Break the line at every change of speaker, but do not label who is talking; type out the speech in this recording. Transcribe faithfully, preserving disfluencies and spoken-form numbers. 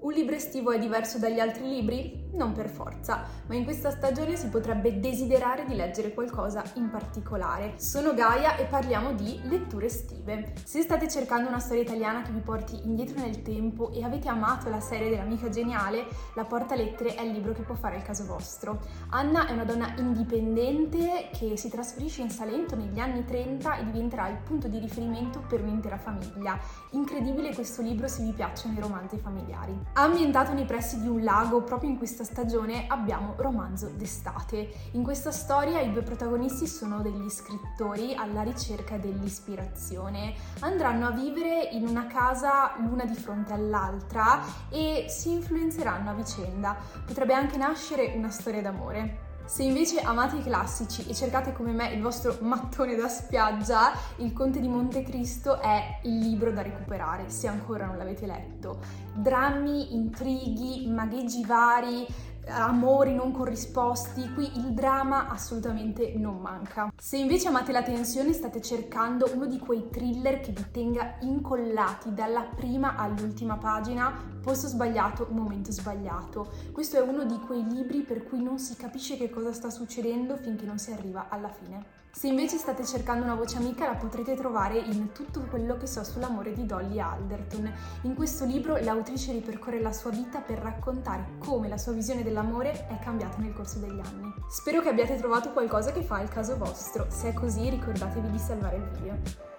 Un libro estivo è diverso dagli altri libri? Non per forza, ma in questa stagione si potrebbe desiderare di leggere qualcosa in particolare. Sono Gaia e parliamo di letture estive. Se state cercando una storia italiana che vi porti indietro nel tempo e avete amato la serie dell'amica geniale, La Porta Lettere è il libro che può fare il caso vostro. Anna è una donna indipendente che si trasferisce in Salento negli anni trenta e diventerà il punto di riferimento per un'intera famiglia. Incredibile questo libro se vi piacciono i romanzi familiari. Ambientato nei pressi di un lago, proprio in questa stagione abbiamo Romanzo d'estate. In questa storia i due protagonisti sono degli scrittori alla ricerca dell'ispirazione. Andranno a vivere in una casa l'una di fronte all'altra e si influenzeranno a vicenda. Potrebbe anche nascere una storia d'amore. Se invece amate i classici e cercate come me il vostro mattone da spiaggia, Il Conte di Montecristo è il libro da recuperare, se ancora non l'avete letto. Drammi, intrighi, magheggi vari, amori non corrisposti, qui il dramma assolutamente non manca. Se invece amate la tensione, state cercando uno di quei thriller che vi tenga incollati dalla prima all'ultima pagina, Posto sbagliato, momento sbagliato. Questo è uno di quei libri per cui non si capisce che cosa sta succedendo finché non si arriva alla fine. Se invece state cercando una voce amica, la potrete trovare in Tutto quello che so sull'amore di Dolly Alderton. In questo libro l'autrice ripercorre la sua vita per raccontare come la sua visione dell'amore è cambiata nel corso degli anni. Spero che abbiate trovato qualcosa che fa il caso vostro. Se è così, ricordatevi di salvare il video.